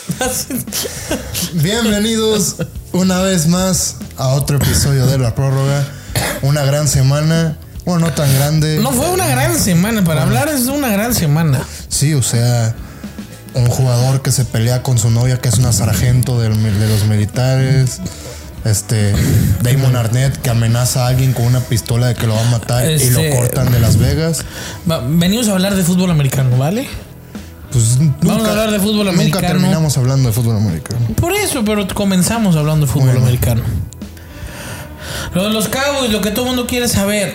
Bienvenidos una vez más a otro episodio de La Prórroga. Una gran semana. Bueno, no tan grande. No fue una gran semana. Para hablar es una gran semana. Sí, o sea, un jugador que se pelea con su novia, que es una sargento de los militares. Damon Arnett, que amenaza a alguien con una pistola de que lo va a matar y lo cortan de Las Vegas. Venimos a hablar de fútbol americano, ¿vale? Pues vamos a hablar de fútbol americano. Nunca terminamos hablando de fútbol americano. Por eso, pero comenzamos hablando de fútbol americano. Lo de los Cowboys, lo que todo el mundo quiere saber.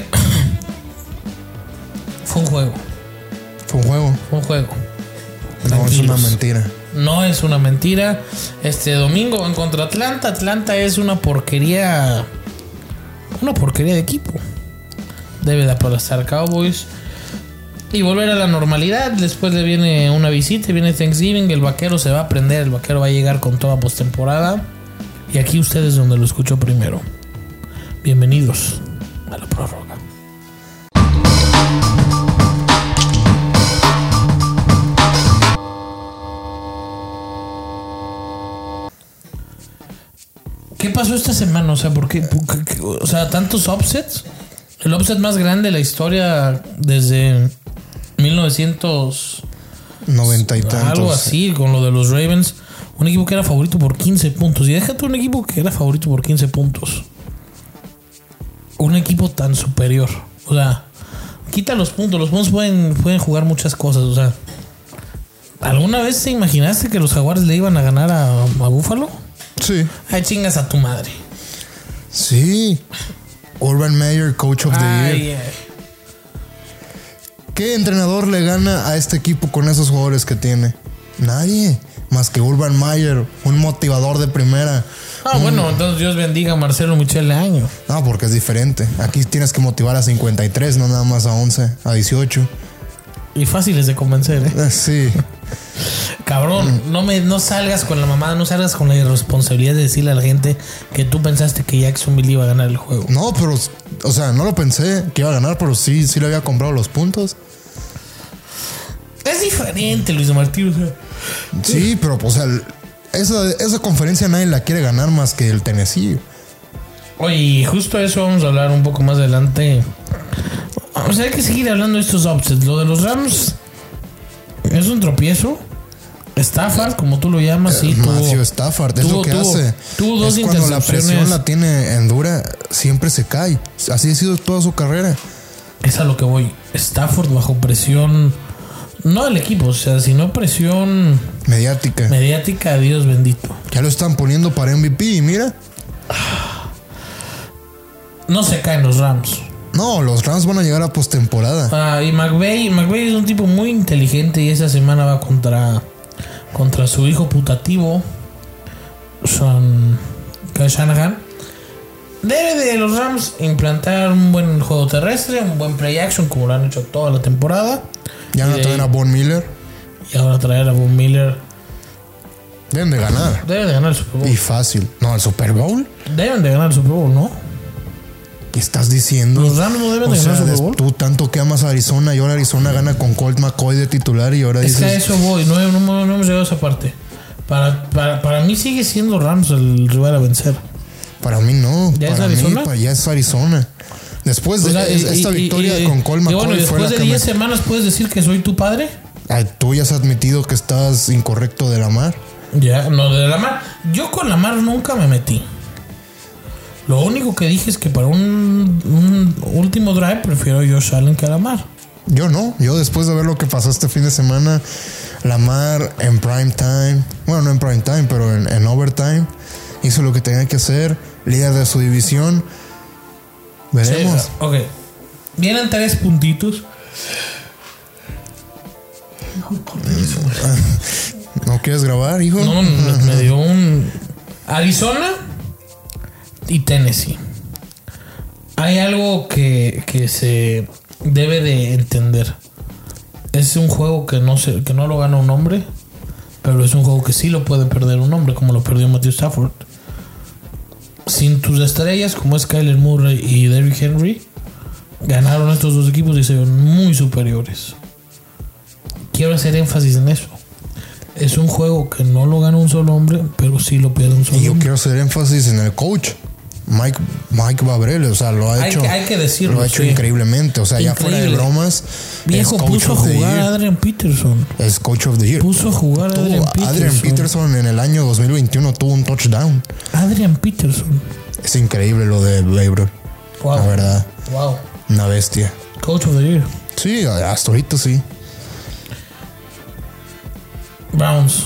Fue un juego. Fue un juego. Fue un juego. No, es una mentira. No es una mentira. Este domingo en contra Atlanta. Atlanta es una porquería. Una porquería de equipo. Debe de aplastar Cowboys y volver a la normalidad. Después le viene una visita, viene Thanksgiving. El vaquero se va a prender. El vaquero va a llegar con toda postemporada. Y aquí ustedes donde lo escucho primero. Bienvenidos a La Prórroga. ¿Qué pasó esta semana? O sea, ¿por qué? O sea, tantos upsets. El upset más grande de la historia desde 1990 y tantos. Algo así, con lo de los Ravens. Un equipo que era favorito por 15 puntos. Y déjate un equipo que era favorito por 15 puntos. Un equipo tan superior. O sea, quita los puntos. Los puntos pueden jugar muchas cosas. O sea, ¿alguna vez te imaginaste que los Jaguares le iban a ganar a Buffalo? Sí. Ay, chingas a tu madre. Sí. Urban Meyer, Coach of the Year. Yeah. ¿Qué entrenador le gana a este equipo con esos jugadores que tiene? Nadie. Más que Urban Meyer, un motivador de primera. Bueno, entonces Dios bendiga a Marcelo Michel Leaño. No, porque es diferente. Aquí tienes que motivar a 53, no nada más a 11, a 18. Y fáciles de convencer, ¿eh? Sí. Cabrón, no salgas con la mamada, no salgas con la irresponsabilidad de decirle a la gente que tú pensaste que Jacksonville iba a ganar el juego. No, pero, o sea, no lo pensé que iba a ganar, pero sí le había comprado los puntos. Es diferente, Luis Martín, o sea. Sí, pero, o sea, esa conferencia nadie la quiere ganar más que el Tennessee. Oye, justo eso vamos a hablar un poco más adelante. O sea, hay que seguir hablando de estos upsets. Lo de los Rams es un tropiezo. Stafford, como tú lo llamas, sí. Matthew Stafford, es lo que hace. Tuvo dos intercepciones. Cuando la presión la tiene en dura, siempre se cae. Así ha sido toda su carrera. Es a lo que voy. Stafford bajo presión, no del equipo, o sea, sino presión mediática, Dios bendito. Ya lo están poniendo para MVP y mira. No se caen los Rams. No, los Rams van a llegar a postemporada. Y McVay es un tipo muy inteligente y esa semana va contra su hijo putativo, Kyle Shanahan. Debe de los Rams implantar un buen juego terrestre, un buen play action, como lo han hecho toda la temporada. Ya van a traer a Von Miller. Y ahora traer a Von Miller. Deben de ganar. Deben de ganar el Super Bowl. Y fácil. No, el Super Bowl. Deben de ganar el Super Bowl, ¿no? ¿Qué estás diciendo? Los Rams no deben de ganar el Super Bowl. Tú tanto que amas a Arizona y ahora Arizona gana con Colt McCoy de titular y ahora dices... Es que a eso voy, no hemos llegado a esa parte. Para mí sigue siendo Rams el rival a vencer. Para mí no. ¿Ya para es Arizona? Mí, ya es Arizona. Después de esta victoria con Colt McCoy... Bueno, después de 10 semanas puedes decir que soy tu padre. Tú ya has admitido que estás incorrecto de Lamar. Ya, no, de Lamar. Yo con Lamar nunca me metí. Lo único que dije es que para un último drive prefiero a Josh Allen que a Lamar. Yo no. Yo después de ver lo que pasó este fin de semana, Lamar en prime time, bueno, no en prime time, pero en overtime, hizo lo que tenía que hacer, líder de su división. Veremos. Sí, ok. Vienen 3 puntitos. ¿No quieres grabar, hijo? No, me dio un... Arizona y Tennessee. Hay algo que se debe de entender. Es un juego que no lo gana un hombre, pero es un juego que sí lo puede perder un hombre, como lo perdió Matthew Stafford. Sin tus estrellas, como es Kyler Murray y Derrick Henry, ganaron estos dos equipos y se ven muy superiores. Quiero hacer énfasis en eso. Es un juego que no lo gana un solo hombre, pero sí lo pierde un solo Y yo hombre. quiero hacer énfasis en el coach. Mike Babrel, o sea, lo ha hecho. Hay que decirlo. Lo ha hecho sí. increíblemente. O sea, ya fuera de Increíble. bromas. Viejo, es coach puso a of the jugar a year. Adrian Peterson. Es coach of the year. Puso a jugar a Adrian Peterson en el año 2021 tuvo un touchdown. Adrian Peterson. Es increíble lo de Babrel. Wow. La verdad. Wow. Una bestia. Coach of the year. Sí, hasta ahorita sí. Browns.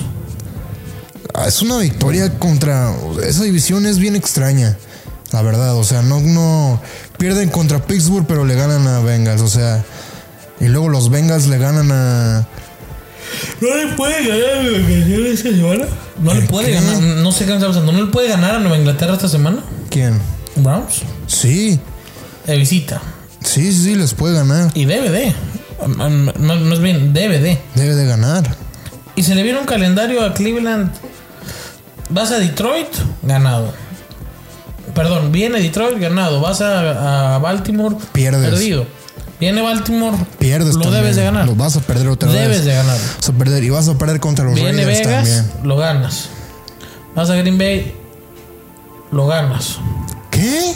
Es una victoria contra... Esa división es bien extraña. La verdad, o sea, no pierden contra Pittsburgh, pero le ganan a Bengals, o sea, y luego los Bengals le ganan a... ¿No le puede ganar a Nueva Inglaterra esta semana? No le puede ganar, no sé qué me está pasando. ¿No le puede ganar a Nueva Inglaterra esta semana? ¿Quién? Browns. Sí, De visita. sí, les puede ganar. Y debe de. Más bien, debe de. Debe de ganar. Y se le viene un calendario a Cleveland. Vas a Detroit, ganado. Perdón, viene Detroit, ganado. Vas a Baltimore, Pierdes. perdido. Viene Baltimore, Pierdes lo también. debes de ganar. Lo vas a perder otra vez. Debes de ganar. Vas a perder, y vas a perder contra los Viene Raiders Vegas, también. lo ganas. Vas a Green Bay, lo ganas. ¿Qué?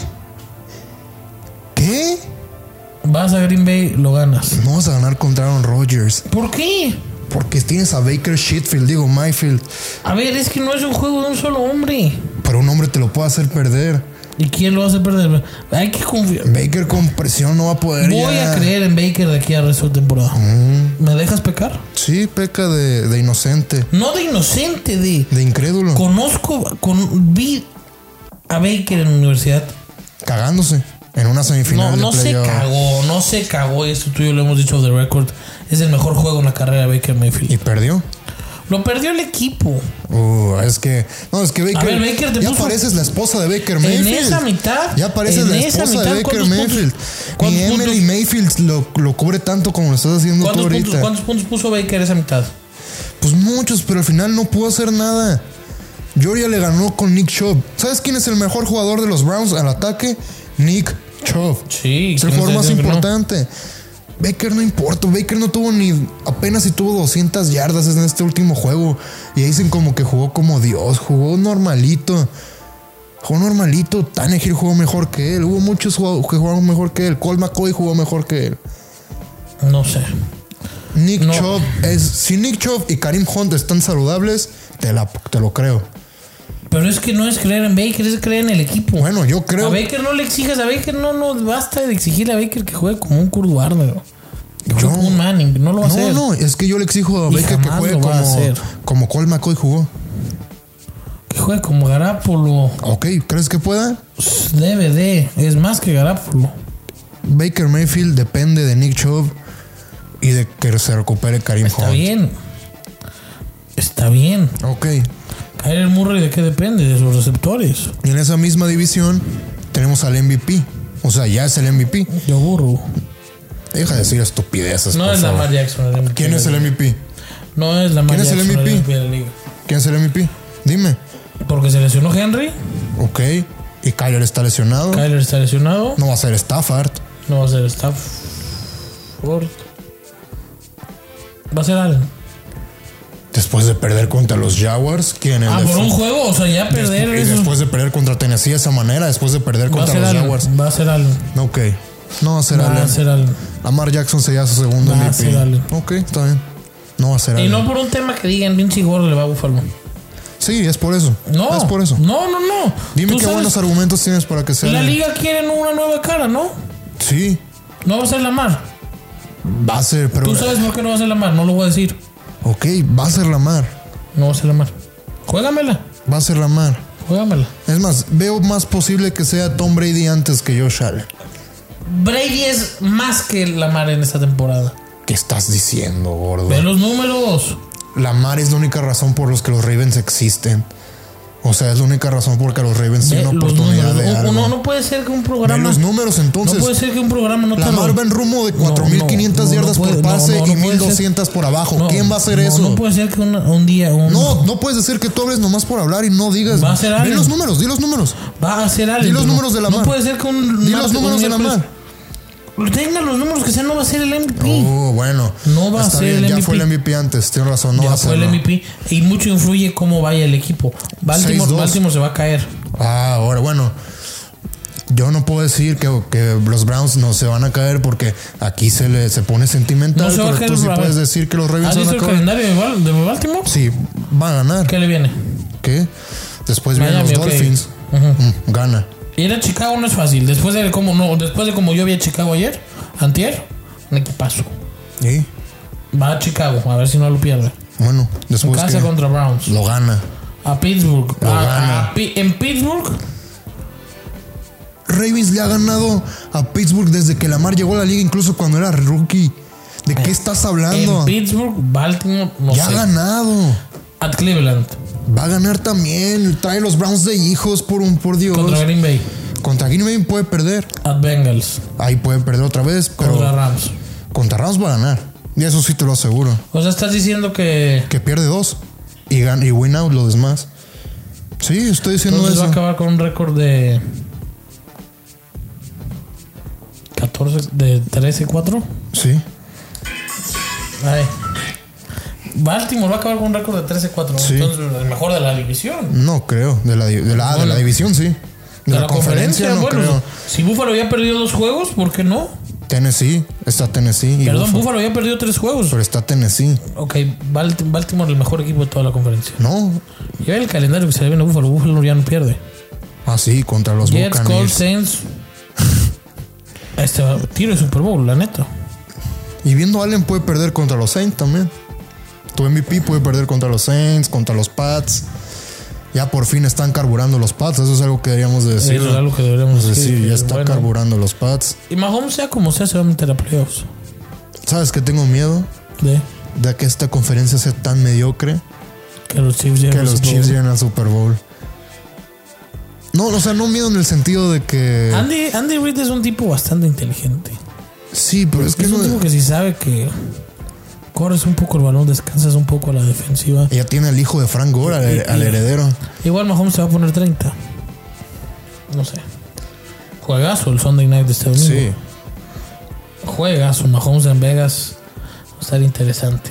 ¿Qué? Vas a Green Bay, lo ganas. No vas a ganar contra Aaron Rodgers. ¿Por qué? Porque tienes a Baker Mayfield. A ver, es que no es un juego de un solo hombre. Pero un hombre te lo puede hacer perder. ¿Y quién lo hace perder? Hay que confiar. Baker con presión no va a poder. Voy ya. a creer en Baker de aquí a resto de temporada. ¿Me dejas pecar? Sí, peca de inocente. No de inocente, De incrédulo. Vi a Baker en la universidad. Cagándose en una semifinal No de se playoff. no se cagó. Esto tú y yo lo hemos dicho de record. Es el mejor juego en la carrera de Baker Mayfield. Y perdió. Lo perdió el equipo. Es que Baker. A ver, Baker te ya puso- pareces la esposa de Baker En Mayfield. esa mitad. Ya pareces en la esa esposa de mitad, Baker ¿cuántos Mayfield. puntos? Ni Emily Mayfield lo cubre tanto como lo estás haciendo tú ahorita. ¿Cuántos puntos puso Baker esa mitad? Pues muchos, pero al final no pudo hacer nada. Georgia le ganó con Nick Chubb. ¿Sabes quién es el mejor jugador de los Browns al ataque? Nick Chubb. Sí. Es el ¿quién jugador está más diciendo que no? importante. Baker no importa. Baker no tuvo apenas si tuvo 200 yardas en este último juego. Y dicen como que jugó como Dios. Jugó normalito. Tannehill jugó mejor que él. Hubo muchos que jugaron mejor que él. Colt McCoy jugó mejor que él. No sé. Nick No. Chubb si Nick Chubb y Kareem Hunt están saludables, te lo creo. Pero es que no es creer en Baker, es creer en el equipo. Bueno, yo creo. A Baker no le exijas, a Baker no basta de exigirle a Baker que juegue como un Kurt Warner. Que juegue como un Manning, no lo va a hacer. No, es que yo le exijo a Y Baker que jamás juegue lo va a hacer. como Colt McCoy jugó. Que juegue como Garapolo. Ok, ¿crees que pueda? Debe de, es más que Garapolo. Baker Mayfield depende de Nick Chubb y de que se recupere Kareem Está Hunt. bien. Está bien. Ok. Kyler Murray, ¿de qué depende? De sus receptores. Y en esa misma división tenemos al MVP. O sea, ya es el MVP. Yo burro. Deja de decir estupideces. No por es favor. Lamar Jackson el MVP. ¿Quién es el MVP? No es Lamar ¿Quién es el Jackson MVP? de la liga. ¿Quién es el MVP? Dime. Porque se lesionó Henry. Ok. Y Kyler está lesionado. Kyler está lesionado. No va a ser Stafford. No va a ser Stafford. Va a ser Allen. Después de perder contra los Jaguars, ¿quién es Por un juego, o sea, ya perder Y eso. después de perder contra Tennessee de esa manera, después de perder Va a contra ser los Allen. Jaguars. Va a ser Allen. Ok. No va a ser Va a Allen. ser Allen. Lamar Jackson sería su segundo Va a MVP. ser Allen. Ok, está bien. No va a ser Y Allen. no por un tema que digan Vinci Gordo le va a Buffalo. Sí, es por eso. No. Es por eso. No. Dime Tú qué sabes, buenos argumentos tienes para que sea. la liga quiere una nueva cara, ¿no? Sí, No va a ser Lamar. va a ser, pero. Tú sabes por qué no va a ser Lamar, no lo voy a decir. Ok, va a ser Lamar. No va a ser Lamar. Juégamela. Va a ser Lamar. Juégamela. Es más, veo más posible que sea Tom Brady antes que Josh Allen. Brady es más que Lamar en esta temporada. ¿Qué estás diciendo, gordo? Ve los números. Lamar es la única razón por los que los Ravens existen. O sea, es la única razón por la que los Ravens Ve tienen los oportunidad números. de algo. No puede ser que un Ve programa. los números entonces. No puede ser que un programa no te Lamar va en rumbo de 4.500 yardas por pase y 1.200 por abajo. ¿Quién va a hacer eso? No puede ser que un día. No puedes decir que tú hables nomás por hablar y no digas. Va a ser Ve Allen. los números, di los números. Va a ser Allen. Di los pero números de Lamar. No puede ser que un. Di los números de Lamar. tenga los números que sean, no va a ser el MVP. Bueno. No va a ser el MVP. Ya fue el MVP antes, tienes razón. Ya fue el MVP. Y mucho influye cómo vaya el equipo. Baltimore se va a caer. Ahora, bueno. Yo no puedo decir que los Browns no se van a caer porque aquí se pone sentimental. No pero tú sí puedes decir que los Ravens van a caer. ¿Has visto el calendario de Baltimore? Sí, va a ganar. ¿Qué le viene? ¿Qué? Después vienen los Dolphins. Gana. Ir a Chicago no es fácil. Después de como yo vi a Chicago ayer, antier, un equipazo. ¿Y? Va a Chicago, a ver si no lo pierde. Bueno, después en casa contra Browns. Lo gana. A Pittsburgh. En Pittsburgh. Ravens le ha ganado a Pittsburgh desde que Lamar llegó a la liga, incluso cuando era rookie. ¿De qué estás hablando? En Pittsburgh, Baltimore, no sé. Ya ha ganado. At Cleveland. Va a ganar también. Trae los Browns de hijos, por Dios. Contra Green Bay. Contra Green Bay puede perder. At Bengals. Ahí puede perder otra vez. Pero contra Rams. Contra Rams va a ganar. Y eso sí te lo aseguro. O sea, estás diciendo que pierde 2 y win out lo demás. Sí, estoy diciendo entonces eso. Va a acabar con un récord de 13-4. Sí. Ay. Baltimore va a acabar con un récord de 13-4. Sí. Entonces, el mejor de la división. No creo. De la división, sí. De la conferencia no bueno, creo. Si Buffalo ya perdió 2 juegos, ¿por qué no? Tennessee. Está Tennessee. Perdón, Buffalo ya perdió 3 juegos. Pero está Tennessee. Ok, Baltimore el mejor equipo de toda la conferencia. No. Y ve el calendario que se le viene a Buffalo. Buffalo ya no pierde. Ah, sí, contra los Jets, Buccaneers. Colts, Saints. Tiro de Super Bowl, la neta. Y viendo Allen puede perder contra los Saints también. Tu MVP puede perder contra los Saints, contra los Pats. Ya por fin están carburando los Pats. Eso es algo que deberíamos decir. Eso es algo que deberíamos decir. Ya está carburando los Pats. Y Mahomes, sea como sea, se va a meter a playoffs. ¿Sabes qué tengo miedo? De que esta conferencia sea tan mediocre. Que los Chiefs lleguen al Super Bowl. No, o sea, no miedo en el sentido de que... Andy Reid es un tipo bastante inteligente. Sí, pero es que no... Es un tipo que si sabe que corres un poco el balón, descansas un poco a la defensiva. Ella tiene el hijo de Frank Gore, al heredero. Igual Mahomes se va a poner 30. No sé. Juegazo el Sunday Night de este domingo. Sí. Juegazo. Mahomes en Vegas. Va a estar interesante.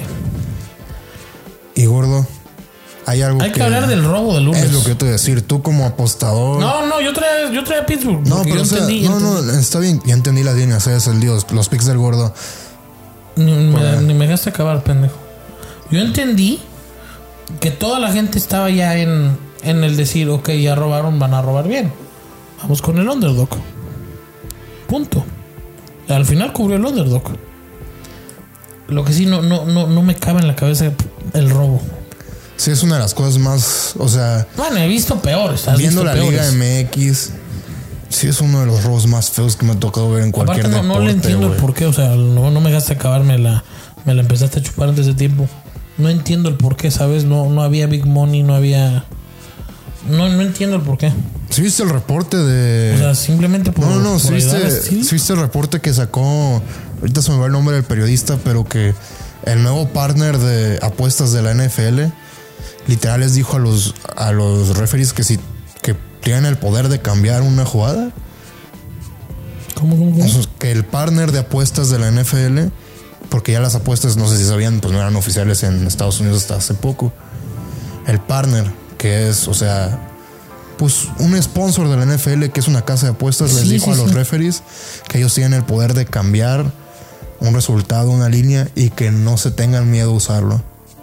Y gordo... Hay que hablar del robo del lunes. Es lo que yo te voy a decir. Tú como apostador... No, yo traía a Pittsburgh. No, pero está bien. Ya entendí las líneas. Es el Dios. Los picks del gordo. Ni me dejaste acabar, pendejo. Yo entendí que toda la gente estaba ya en el decir, ok, ya robaron, van a robar bien. Vamos con el underdog. Punto. Al final cubrió el underdog. Lo que sí no me cabe en la cabeza el robo. Sí, es una de las cosas más, o sea... Bueno, he visto peores. Viendo la Liga MX, sí es uno de los robos más feos que me ha tocado ver en cualquier deporte. No le entiendo el por qué, o sea, no me dejaste acabarme me la empezaste a chupar antes de tiempo. No entiendo el por qué, ¿sabes? No había big money, no había... No entiendo el por qué. ¿Sí viste el reporte de...? O sea, simplemente por... No, ¿sí viste el reporte que sacó... Ahorita se me va el nombre del periodista, pero que el nuevo partner de apuestas de la NFL... Literal les dijo a los referees que tienen el poder de cambiar una jugada. ¿Cómo? Que el partner de apuestas de la NFL, porque ya las apuestas, no sé si sabían, pues no eran oficiales en Estados Unidos hasta hace poco. El partner, que es, o sea, pues un sponsor de la NFL, que es una casa de apuestas, les dijo a los referees que ellos tienen el poder de cambiar un resultado, una línea, y que no se tengan miedo a usarlo.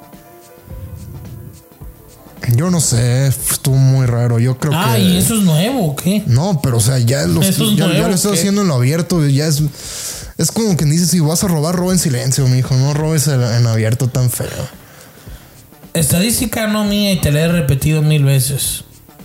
Yo no sé, estuvo muy raro. Yo creo que... ¿y eso es nuevo o qué? No, pero o sea, ya lo estoy haciendo en lo abierto. Ya es como que dice, si vas a robar, roba en silencio, mijo. No robes en abierto tan feo. Estadística no mía y te la he repetido 1000 veces.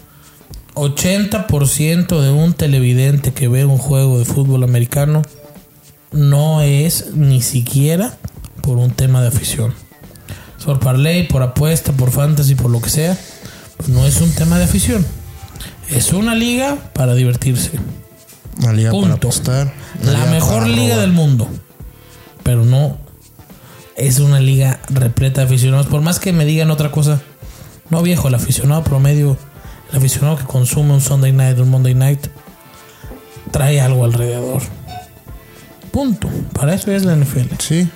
80% de un televidente que ve un juego de fútbol americano no es ni siquiera por un tema de afición. Por parlay, por apuesta, por fantasy, por lo que sea, pues no es un tema de afición. Es una liga para divertirse. Una liga para apostar. La mejor liga del mundo. Pero no es una liga repleta de aficionados. Por más que me digan otra cosa. No, viejo, el aficionado promedio, el aficionado que consume un Sunday Night, un Monday Night, trae algo alrededor. Punto. Para eso es la NFL. Sí.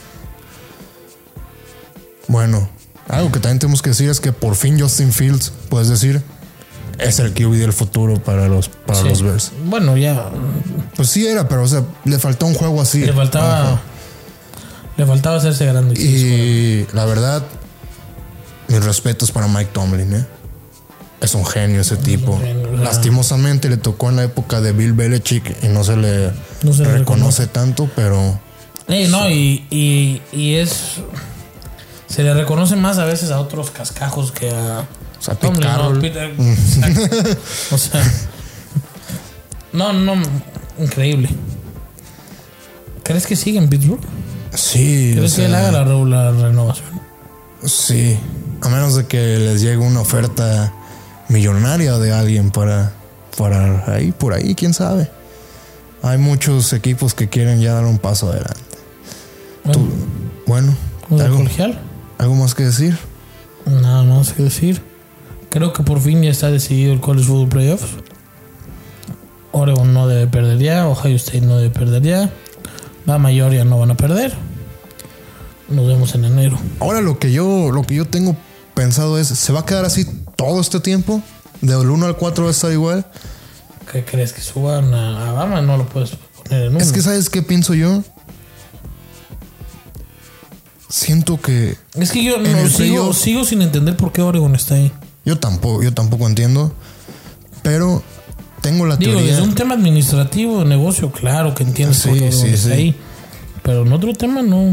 Bueno, algo que también tenemos que decir es que por fin Justin Fields, puedes decir, es el QB del futuro para los Bears. Bueno, ya. Pues sí era, pero o sea, le faltó un juego así. Le faltaba hacerse grande. Y la verdad, mis respetos para Mike Tomlin, ¿eh? Es un genio ese tipo. Lastimosamente le tocó en la época de Bill Belichick y no se le reconoce tanto, pero... No, y es... Se le reconoce más a veces a otros cascajos que a... O sea, Pete Carroll. Peter, o sea... No, increíble. ¿Crees que sigue en Pittsburgh? Sí. ¿Crees que él haga la renovación? Sí. A menos de que les llegue una oferta millonaria de alguien para ahí, por ahí, quién sabe. Hay muchos equipos que quieren ya dar un paso adelante. Bueno, ¿algo más que decir? Nada más que decir. Creo que por fin ya está decidido el College Football Playoffs. Oregon no debe perder ya, Ohio State no debe perder ya, la mayoría no van a perder. Nos vemos en enero. Ahora lo que yo tengo pensado es, ¿se va a quedar así todo este tiempo? ¿Del 1 al 4 va a estar igual? ¿Qué crees? ¿Que suban a Alabama? No lo puedes poner en 1. Es que ¿sabes qué pienso yo? Siento que... Es que yo no sigo sin entender por qué Oregon está ahí. Yo tampoco entiendo. Pero tengo la teoría... Desde un tema administrativo, de negocio, claro que entiendes por qué Oregon está ahí. Pero en otro tema no...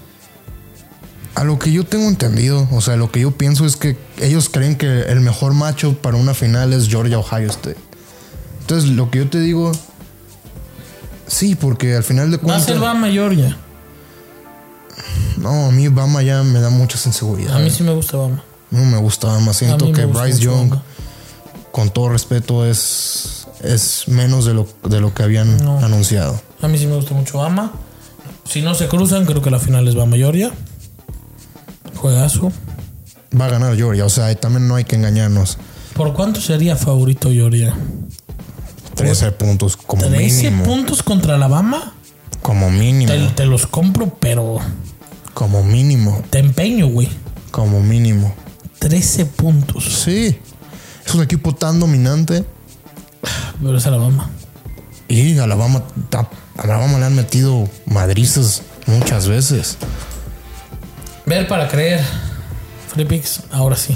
A lo que yo tengo entendido, o sea, lo que yo pienso es que ellos creen que el mejor matchup para una final es Georgia-Ohio State. Entonces, lo que yo te digo... Sí, porque al final de cuentas... Va a ser Bama-Georgia. No, a mí Bama ya me da muchas inseguridades. A mí sí me gusta Bama. No me gusta Bama. Siento que Bryce Young, con todo respeto, es menos de lo que habían anunciado. A mí sí me gusta mucho Bama. Si no se cruzan, creo que la final es Bama-Georgia. Juegazo. Va a ganar Georgia, o sea, también no hay que engañarnos. ¿Por cuánto sería favorito Georgia? 13 puntos como 13 mínimo. 13 puntos contra Alabama. Como mínimo. Te los compro, pero... Como mínimo. Te empeño, güey. Como mínimo. 13 puntos. Sí. Es un equipo tan dominante. Pero es Alabama. Y a Alabama le han metido madrizas muchas veces. Ver para creer. Free Picks, ahora sí.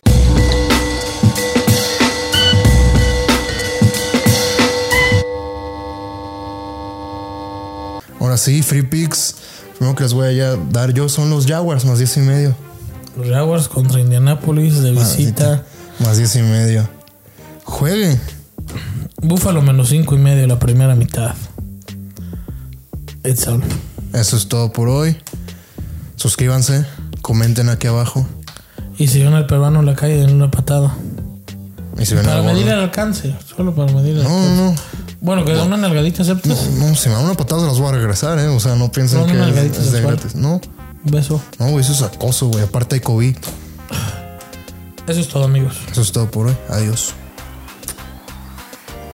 Ahora sí, Free Picks. Primero que les voy a dar yo son los Jaguars, más 10.5. Los Jaguars contra Indianapolis de visita. Más 10.5. Jueguen. Buffalo menos 5.5 la primera mitad. It's all. Eso es todo por hoy. Suscríbanse, comenten aquí abajo. Y si ven al peruano en la calle, denle una patada. Y si ven para medir el alcance, solo para medir el alcance. No. Bueno, que den una nalgadita, ¿aceptas? No, si me dan una patada las voy a regresar, O sea, no piensen que es de gratis. No. Un beso. No, güey, eso es acoso, güey. Aparte hay COVID. Eso es todo, amigos. Eso es todo por hoy. Adiós.